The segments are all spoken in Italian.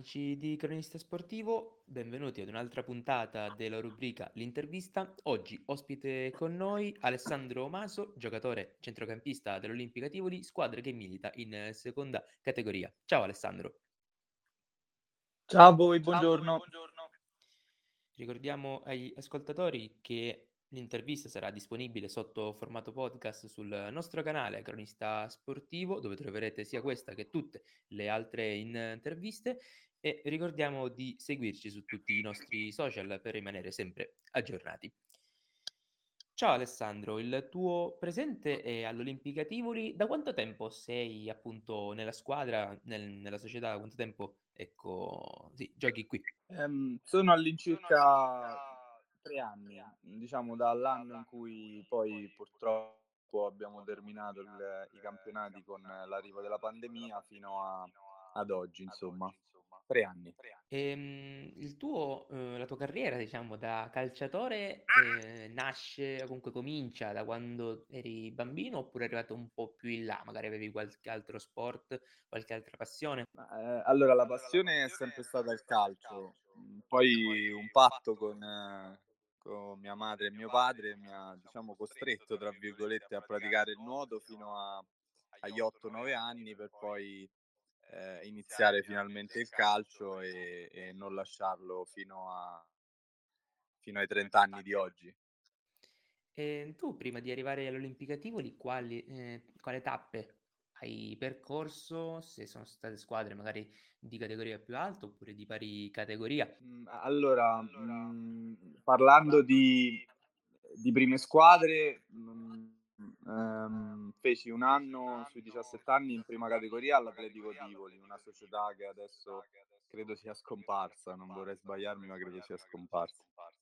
amici di Cronista Sportivo, benvenuti ad un'altra puntata della rubrica L'Intervista. Oggi ospite con noi Alessandro Maso, giocatore centrocampista dell'Olimpica Tivoli, squadra che milita in seconda categoria. Ciao Alessandro. Ciao a voi, buongiorno. Ricordiamo agli ascoltatori che l'intervista sarà disponibile sotto formato podcast sul nostro canale Cronista Sportivo, dove troverete sia questa che tutte le altre interviste. E ricordiamo di seguirci su tutti i nostri social per rimanere sempre aggiornati. Ciao Alessandro, il tuo presente è all'Olimpica Tivoli. Da quanto tempo sei appunto nella squadra, nella società? Da quanto tempo, ecco, sì, giochi qui? Sono all'incirca 3 anni, diciamo dall'anno in cui poi purtroppo abbiamo terminato i campionati con l'arrivo della pandemia fino ad oggi, insomma. 3 anni. La tua carriera, diciamo, da calciatore nasce, o comunque comincia da quando eri bambino oppure è arrivato un po' più in là? Magari avevi qualche altro sport, qualche altra passione? Allora la passione è sempre stata il calcio, poi un patto con mia madre e mio padre mi ha, diciamo, "costretto" tra virgolette a praticare il nuoto fino agli 8, 9 anni per poi, iniziare finalmente il calcio e non lasciarlo fino ai 30 anni di oggi. Tu, prima di arrivare all'Olimpica Tivoli, quale tappe hai percorso? Se sono state squadre magari di categoria più alta oppure di pari categoria? Allora, parlando di prime squadre, feci 1 anno sui 17 anni in prima categoria all'Atletico Tivoli, una società che adesso credo sia scomparsa, non vorrei sbagliarmi, ma credo sia scomparsa.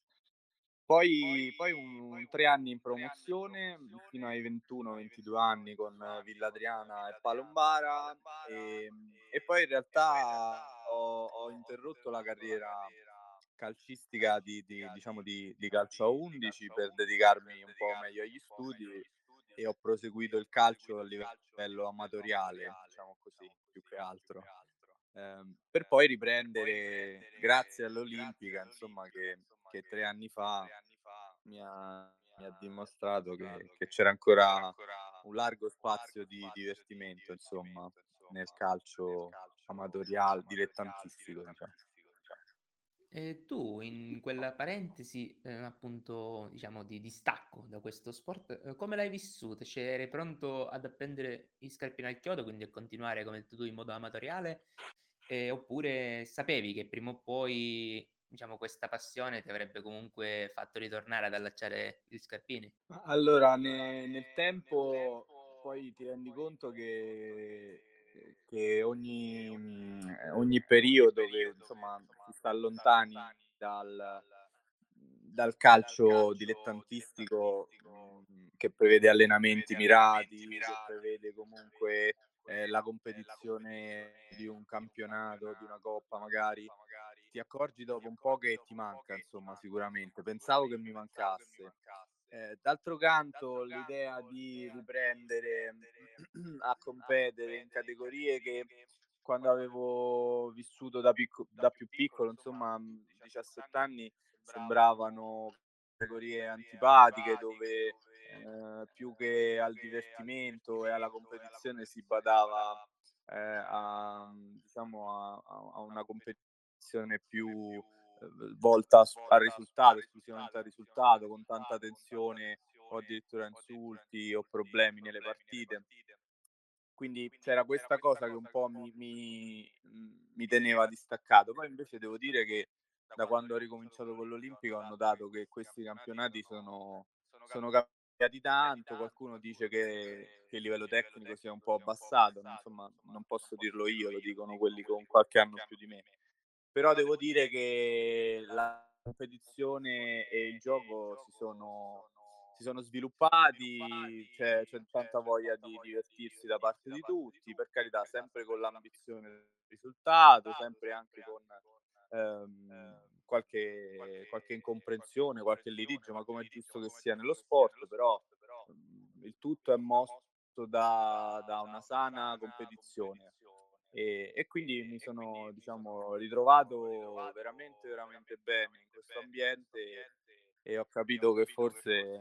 Poi un 3 anni in promozione, fino ai 21, 22 anni con Villadriana e Palombara, e poi in realtà ho interrotto la carriera calcistica di calcio a 11 per dedicarmi un po' meglio agli studi e ho proseguito il calcio a livello amatoriale, diciamo così, più che altro. Per poi riprendere grazie all'Olimpica, insomma, che 3 anni fa mi ha dimostrato che c'era ancora un largo spazio di divertimento, insomma, nel calcio amatorial dilettantistico, diciamo. E tu, in quella parentesi, appunto, diciamo, di distacco da questo sport, come l'hai vissuta? Cioè, eri pronto ad appendere gli scarpini al chiodo, quindi a continuare come hai detto tu in modo amatoriale? Oppure sapevi che prima o poi, diciamo, questa passione ti avrebbe comunque fatto ritornare ad allacciare gli scarpini? Ma allora nel tempo poi ti rendi conto che ogni periodo che insomma si sta lontani dal calcio dilettantistico, che prevede allenamenti mirati, che prevede comunque, la competizione di un campionato, di una coppa magari, ti accorgi dopo un po' che ti manca insomma sicuramente. Pensavo che mi mancasse. D'altro canto l'idea di riprendere a competere in categorie che quando avevo vissuto da più piccolo, insomma, 17 anni, sembravano categorie antipatiche dove, più che al divertimento e alla competizione si badava, diciamo a una competizione più volta al risultato, esclusivamente al risultato, con tanta tensione o addirittura insulti o problemi nelle partite. Quindi c'era questa cosa che un po' mi teneva distaccato. Poi invece devo dire che da quando ho ricominciato con l'Olimpico ho notato che questi campionati sono cambiati tanto. Qualcuno dice che il livello tecnico sia un po' abbassato, insomma non posso dirlo io, lo dicono quelli con qualche anno più di me. Però devo dire che la competizione e il gioco si sono sviluppati, c'è tanta voglia di divertirsi da parte di tutti, per carità, sempre con l'ambizione del risultato, sempre anche con qualche incomprensione, qualche litigio, ma come è giusto che sia nello sport, però il tutto è mosso da una sana competizione. E quindi mi sono, diciamo, ritrovato veramente, veramente bene in questo ambiente e ho capito che forse,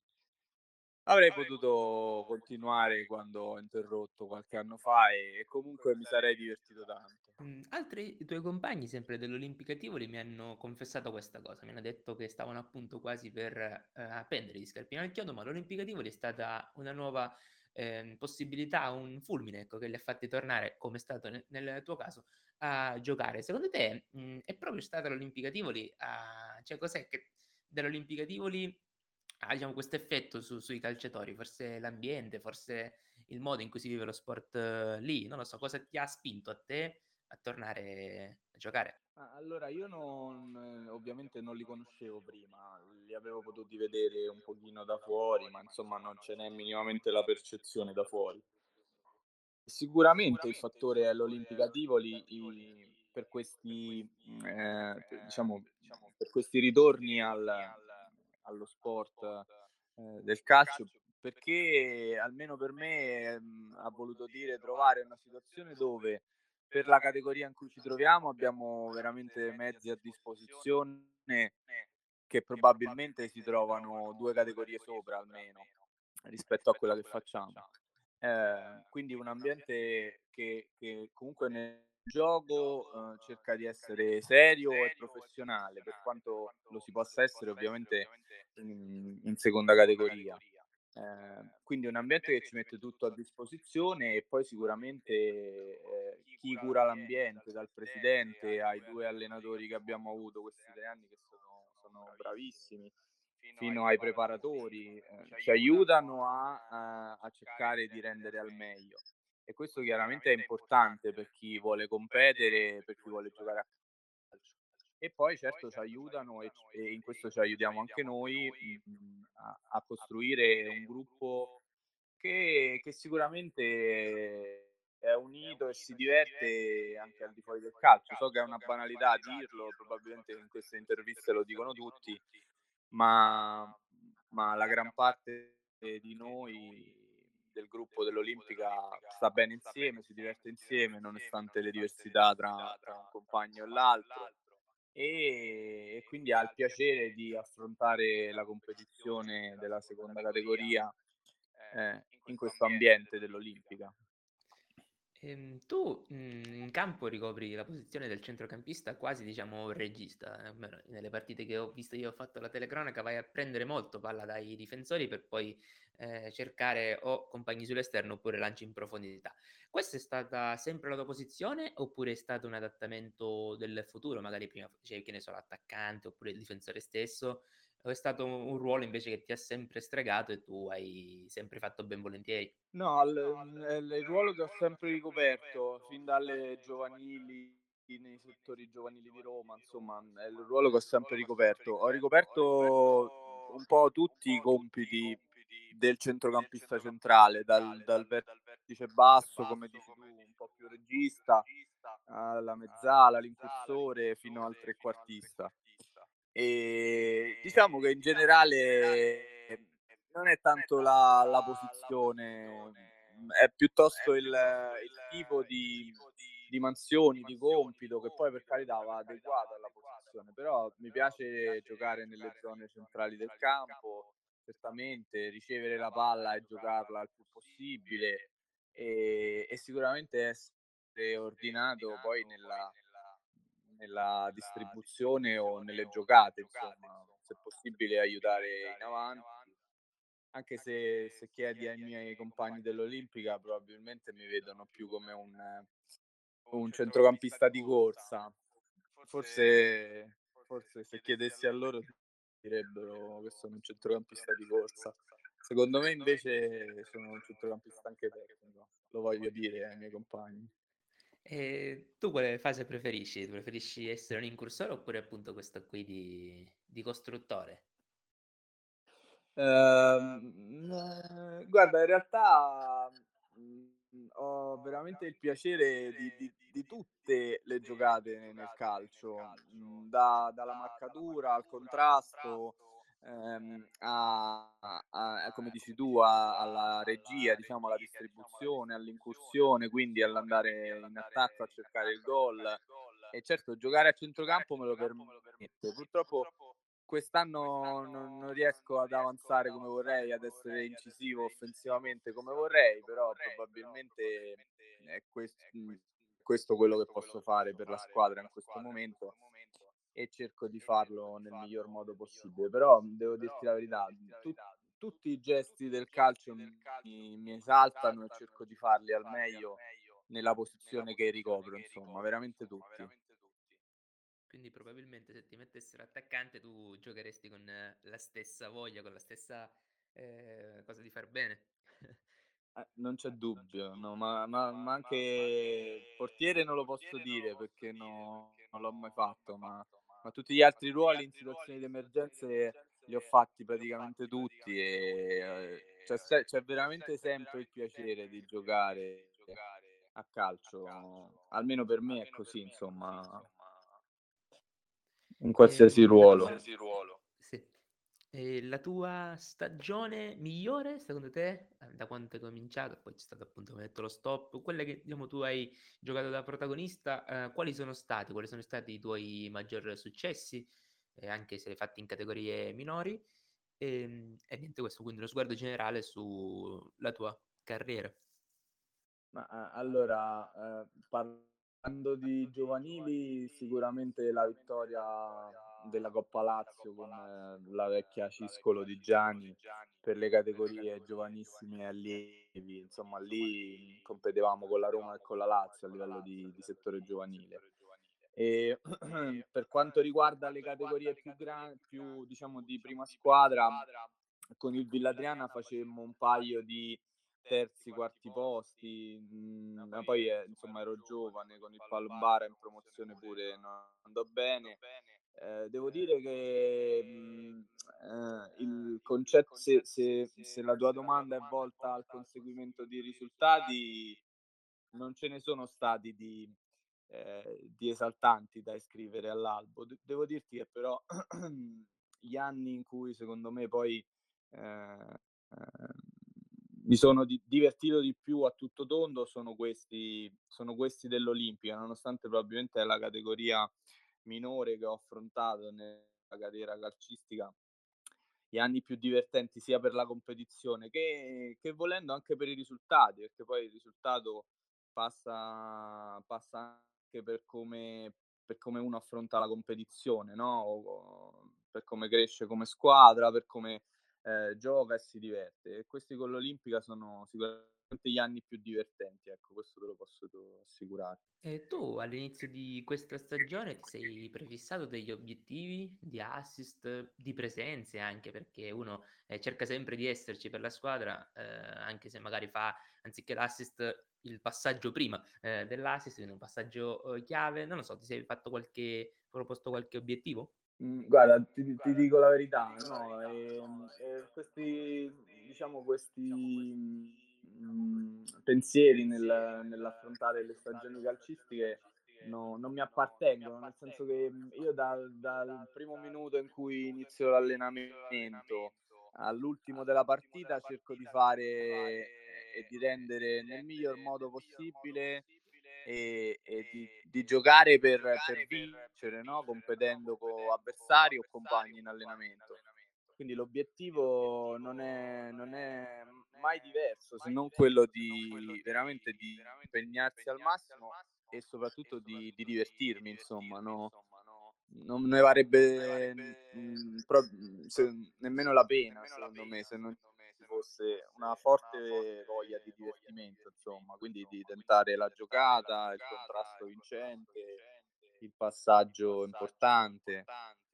avrei potuto continuare quando ho interrotto qualche anno fa e comunque mi sarei divertito tanto. Altri tuoi compagni, sempre dell'Olimpica Tivoli, mi hanno confessato questa cosa. Mi hanno detto che stavano appunto quasi per appendere gli scarpini al chiodo, ma l'Olimpica Tivoli è stata una nuova possibilità, un fulmine, ecco, che li ha fatti tornare, come è stato nel tuo caso, a giocare. Secondo te, è proprio stata l'Olimpica Tivoli cioè, cos'è che dell'Olimpica Tivoli ha, diciamo, questo effetto sui calciatori? Forse l'ambiente, forse il modo in cui si vive lo sport lì? Non lo so, cosa ti ha spinto a te a tornare a giocare? Allora io ovviamente non li conoscevo prima, li avevo potuti vedere un pochino da fuori, ma insomma non ce n'è minimamente la percezione da fuori. Sicuramente il fattore è l'Olimpica Tivoli per questi, diciamo, per questi ritorni allo sport, del calcio, perché almeno per me, ha voluto dire trovare una situazione dove per la categoria in cui ci troviamo abbiamo veramente mezzi a disposizione che probabilmente si trovano 2 categorie sopra almeno rispetto a quella che facciamo. Quindi un ambiente che comunque nel gioco, cerca di essere serio e professionale, per quanto lo si possa essere ovviamente in seconda categoria. Quindi un ambiente che ci mette tutto a disposizione e poi sicuramente, chi cura l'ambiente, dal presidente ai 2 allenatori che abbiamo avuto questi 3 anni che sono bravissimi, fino ai preparatori, ci aiutano a cercare di rendere al meglio. E questo chiaramente è importante per chi vuole competere, per chi vuole giocare a calcio. E poi certo ci aiutano e in questo ci aiutiamo anche noi, a costruire un gruppo che sicuramente è unito e si diverte anche al di fuori del calcio. So che è una banalità dirlo, probabilmente in queste interviste lo dicono tutti, ma la gran parte di noi, del gruppo dell'Olimpica, sta bene insieme, si diverte insieme nonostante le diversità tra un compagno e l'altro. E quindi ha il piacere di affrontare la competizione della seconda categoria, in questo ambiente dell'Olimpica. Tu, in campo ricopri la posizione del centrocampista quasi, diciamo, regista, almeno nelle partite che ho visto io, ho fatto la telecronaca, vai a prendere molto palla dai difensori per poi, cercare o compagni sull'esterno oppure lanci in profondità. Questa è stata sempre la tua posizione oppure è stato un adattamento del futuro? Magari prima facevi, che ne so, l'attaccante oppure il difensore stesso, o è stato un ruolo invece che ti ha sempre stregato e tu hai sempre fatto ben volentieri? No, è il ruolo che ho sempre ricoperto fin dalle giovanili, nei settori giovanili di Roma, insomma, è il ruolo che ho sempre ricoperto. Ho ricoperto un po' tutti i compiti del centrocampista centrale, dal vertice basso, come dici tu, un po' più regista, alla mezzala, all'incursore, fino al trequartista. Diciamo che in generale non è tanto la posizione, è piuttosto il tipo di mansioni, di compito che poi per carità va adeguato alla posizione, però mi piace giocare nelle zone centrali del campo, certamente, ricevere la palla e giocarla il più possibile e sicuramente essere ordinato poi nella distribuzione o nelle giocate, insomma, se possibile aiutare in avanti. Anche se chiedi ai miei compagni dell'Olimpica probabilmente mi vedono più come un centrocampista di corsa. Forse se chiedessi a loro direbbero che sono un centrocampista di corsa. Secondo me invece sono un centrocampista anche tecnico, lo voglio dire ai miei compagni. E tu quale fase preferisci? Preferisci essere un incursore oppure appunto questo qui di costruttore? Guarda in realtà, ho veramente il piacere di tutte le giocate nel calcio, dalla marcatura al contrasto, come dici tu, alla regia, diciamo, alla distribuzione, all'incursione, quindi all'andare in attacco a cercare il gol. E certo, giocare a centrocampo me lo permette. Purtroppo quest'anno non riesco ad avanzare come vorrei, ad essere incisivo offensivamente come vorrei, però probabilmente è questo quello che posso fare per la squadra in questo momento e cerco di farlo nel miglior modo possibile. Però devo dirti la verità, tutti i gesti del calcio mi esaltano e cerco di farli al meglio nella posizione che ricopro, insomma, veramente tutti. Quindi probabilmente se ti mettessero attaccante tu giocheresti con la stessa voglia, con la stessa cosa di far bene. Non c'è dubbio, no, ma anche portiere non lo posso dire perché non l'ho mai fatto, ma tutti gli altri ruoli in situazioni di emergenze li ho fatti praticamente tutti e c'è veramente sempre il piacere di giocare a calcio, almeno per me è così, insomma, in qualsiasi La ruolo. tua... Sì. E la tua stagione migliore, secondo te, da quando hai cominciato? Poi c'è stato appunto, come hai detto, lo stop. Quelle che diciamo tu hai giocato da protagonista, quali sono stati? Quali sono stati i tuoi maggiori successi? Anche se li hai fatti in categorie minori. E niente, questo quindi uno sguardo generale sulla tua carriera. Ma, allora, parlando di giovanili, sicuramente la vittoria della Coppa Lazio con la vecchia Ciscolo di Gianni per le categorie giovanissime e allievi, insomma lì competevamo con la Roma e con la Lazio a livello di settore giovanile. E per quanto riguarda le categorie più diciamo di prima squadra, con il Villadriana facemmo un paio di terzi, quarti posti, ma poi insomma ero giovane, con il Palombara in promozione pure non andò bene. Devo dire che il concetto, se la tua domanda è volta al conseguimento di risultati, non ce ne sono stati di esaltanti da iscrivere all'albo. Devo dirti che però gli anni in cui secondo me poi ehm, mi sono divertito di più a tutto tondo sono questi dell'Olimpica, nonostante probabilmente è la categoria minore che ho affrontato nella carriera calcistica. Gli anni più divertenti sia per la competizione che volendo anche per i risultati, perché poi il risultato passa anche per come uno affronta la competizione, no, o per come cresce come squadra, per come, gioca e si diverte. E questi con l'Olimpica sono sicuramente gli anni più divertenti, ecco, questo te lo posso assicurare. E tu all'inizio di questa stagione ti sei prefissato degli obiettivi di assist, di presenze anche, perché uno cerca sempre di esserci per la squadra, anche se magari fa, anziché l'assist, il passaggio prima dell'assist, quindi un passaggio chiave. Non lo so, ti sei fatto proposto qualche obiettivo? Guarda, ti dico la verità, no, questi diciamo pensieri nell'affrontare le stagioni calcistiche non mi appartengono, nel senso che, io dal primo minuto in cui inizio l'allenamento all'ultimo della partita cerco di fare e di rendere nel miglior modo possibile e di giocare per vincere, no, competendo co' avversari o compagni in allenamento. Quindi l'obiettivo non è mai diverso, se non quello di veramente di impegnarsi al massimo e soprattutto di divertirmi insomma, non ne varrebbe, nemmeno la pena secondo me, se non ci fosse una forte voglia di divertimento insomma, quindi di tentare la giocata, il contrasto vincente, il passaggio importante,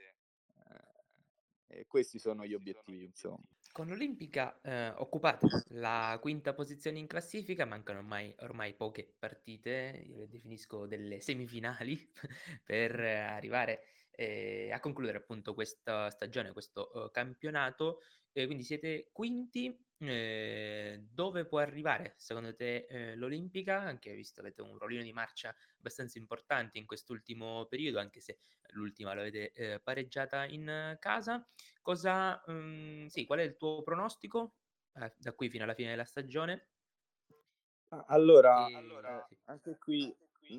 e questi sono gli obiettivi insomma. Con l'Olimpica occupate la quinta posizione in classifica, mancano ormai poche partite, io le definisco delle semifinali, per arrivare a concludere appunto questa stagione, questo campionato. Quindi siete quinti. Dove può arrivare secondo te l'Olimpica? Anche visto che avete un rollino di marcia abbastanza importante in quest'ultimo periodo, anche se l'ultima l'avete pareggiata in casa. Sì, qual è il tuo pronostico da qui fino alla fine della stagione? Allora, Sì. anche qui,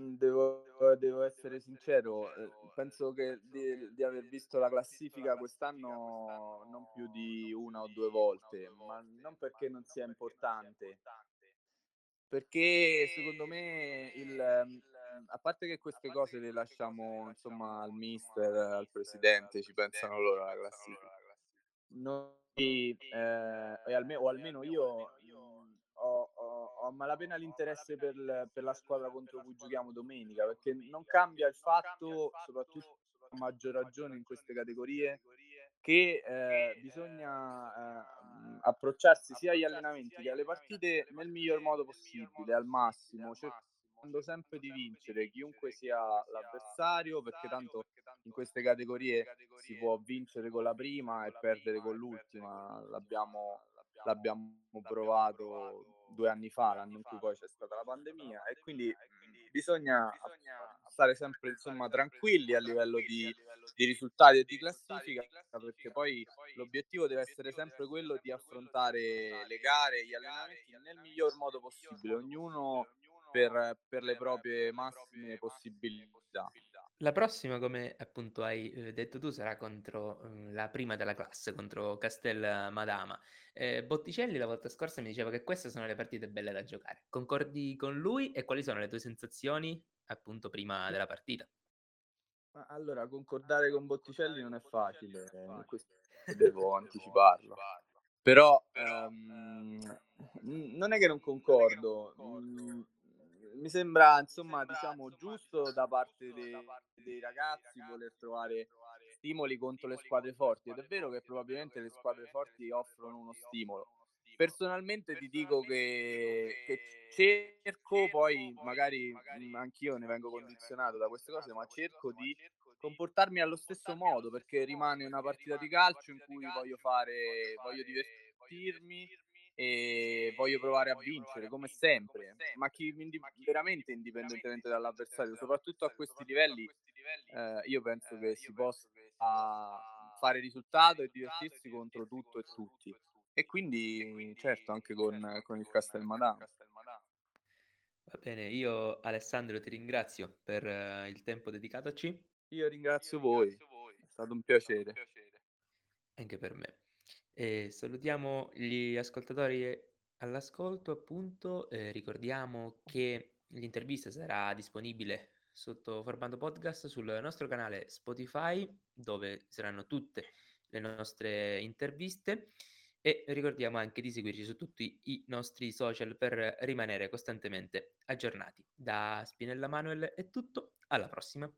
devo essere sincero, penso che di aver visto la classifica quest'anno non più di 1 o 2 volte, ma non perché non sia importante, perché secondo me a parte che queste cose le lasciamo insomma al mister, al presidente, ci pensano loro alla classifica. Noi, o almeno io, ho a malapena l'interesse per la squadra contro cui giochiamo domenica, perché non cambia il fatto, soprattutto a maggior ragione in queste categorie, che, bisogna, approcciarsi sia agli allenamenti che alle partite nel miglior modo possibile, al massimo, cercando sempre di vincere chiunque sia l'avversario, perché tanto in queste categorie si può vincere con la prima e perdere con l'ultima. L'abbiamo provato 2 anni fa, l'anno in cui poi c'è stata la pandemia e quindi, bisogna stare sempre insomma tranquilli a livello di risultati e di classifica, perché poi l'obiettivo deve essere sempre quello di affrontare le gare e gli allenamenti nel miglior modo possibile, ognuno per le proprie massime possibilità. La prossima, come appunto hai detto tu, sarà contro la prima della classe, contro Castel Madama. Botticelli la volta scorsa mi diceva che queste sono le partite belle da giocare. Concordi con lui e quali sono le tue sensazioni appunto prima della partita? Ma allora, concordare con Botticelli non è facile, questo devo anticiparlo. Però, non è che non concordo, mi sembra insomma, diciamo, giusto da parte dei ragazzi voler trovare stimoli contro le squadre forti, ed è vero che probabilmente le squadre forti offrono uno stimolo. Personalmente ti dico che cerco poi magari, anch'io ne vengo condizionato da queste cose, ma cerco di comportarmi allo stesso modo, perché rimane una partita di calcio in cui voglio divertirmi e voglio provare a vincere come sempre. Ma veramente indipendentemente dall'avversario, soprattutto a questi livelli, io penso che si possa fare risultato e divertirsi contro tutto e tutti. E quindi certo anche con il Castelmadama. Va bene, io Alessandro ti ringrazio per il tempo dedicatoci. Io ringrazio voi, è stato un piacere. Anche per me. E salutiamo gli ascoltatori all'ascolto, appunto. Ricordiamo che l'intervista sarà disponibile sotto formato podcast sul nostro canale Spotify, dove saranno tutte le nostre interviste. E ricordiamo anche di seguirci su tutti i nostri social per rimanere costantemente aggiornati. Da Spinella Manuel è tutto, alla prossima.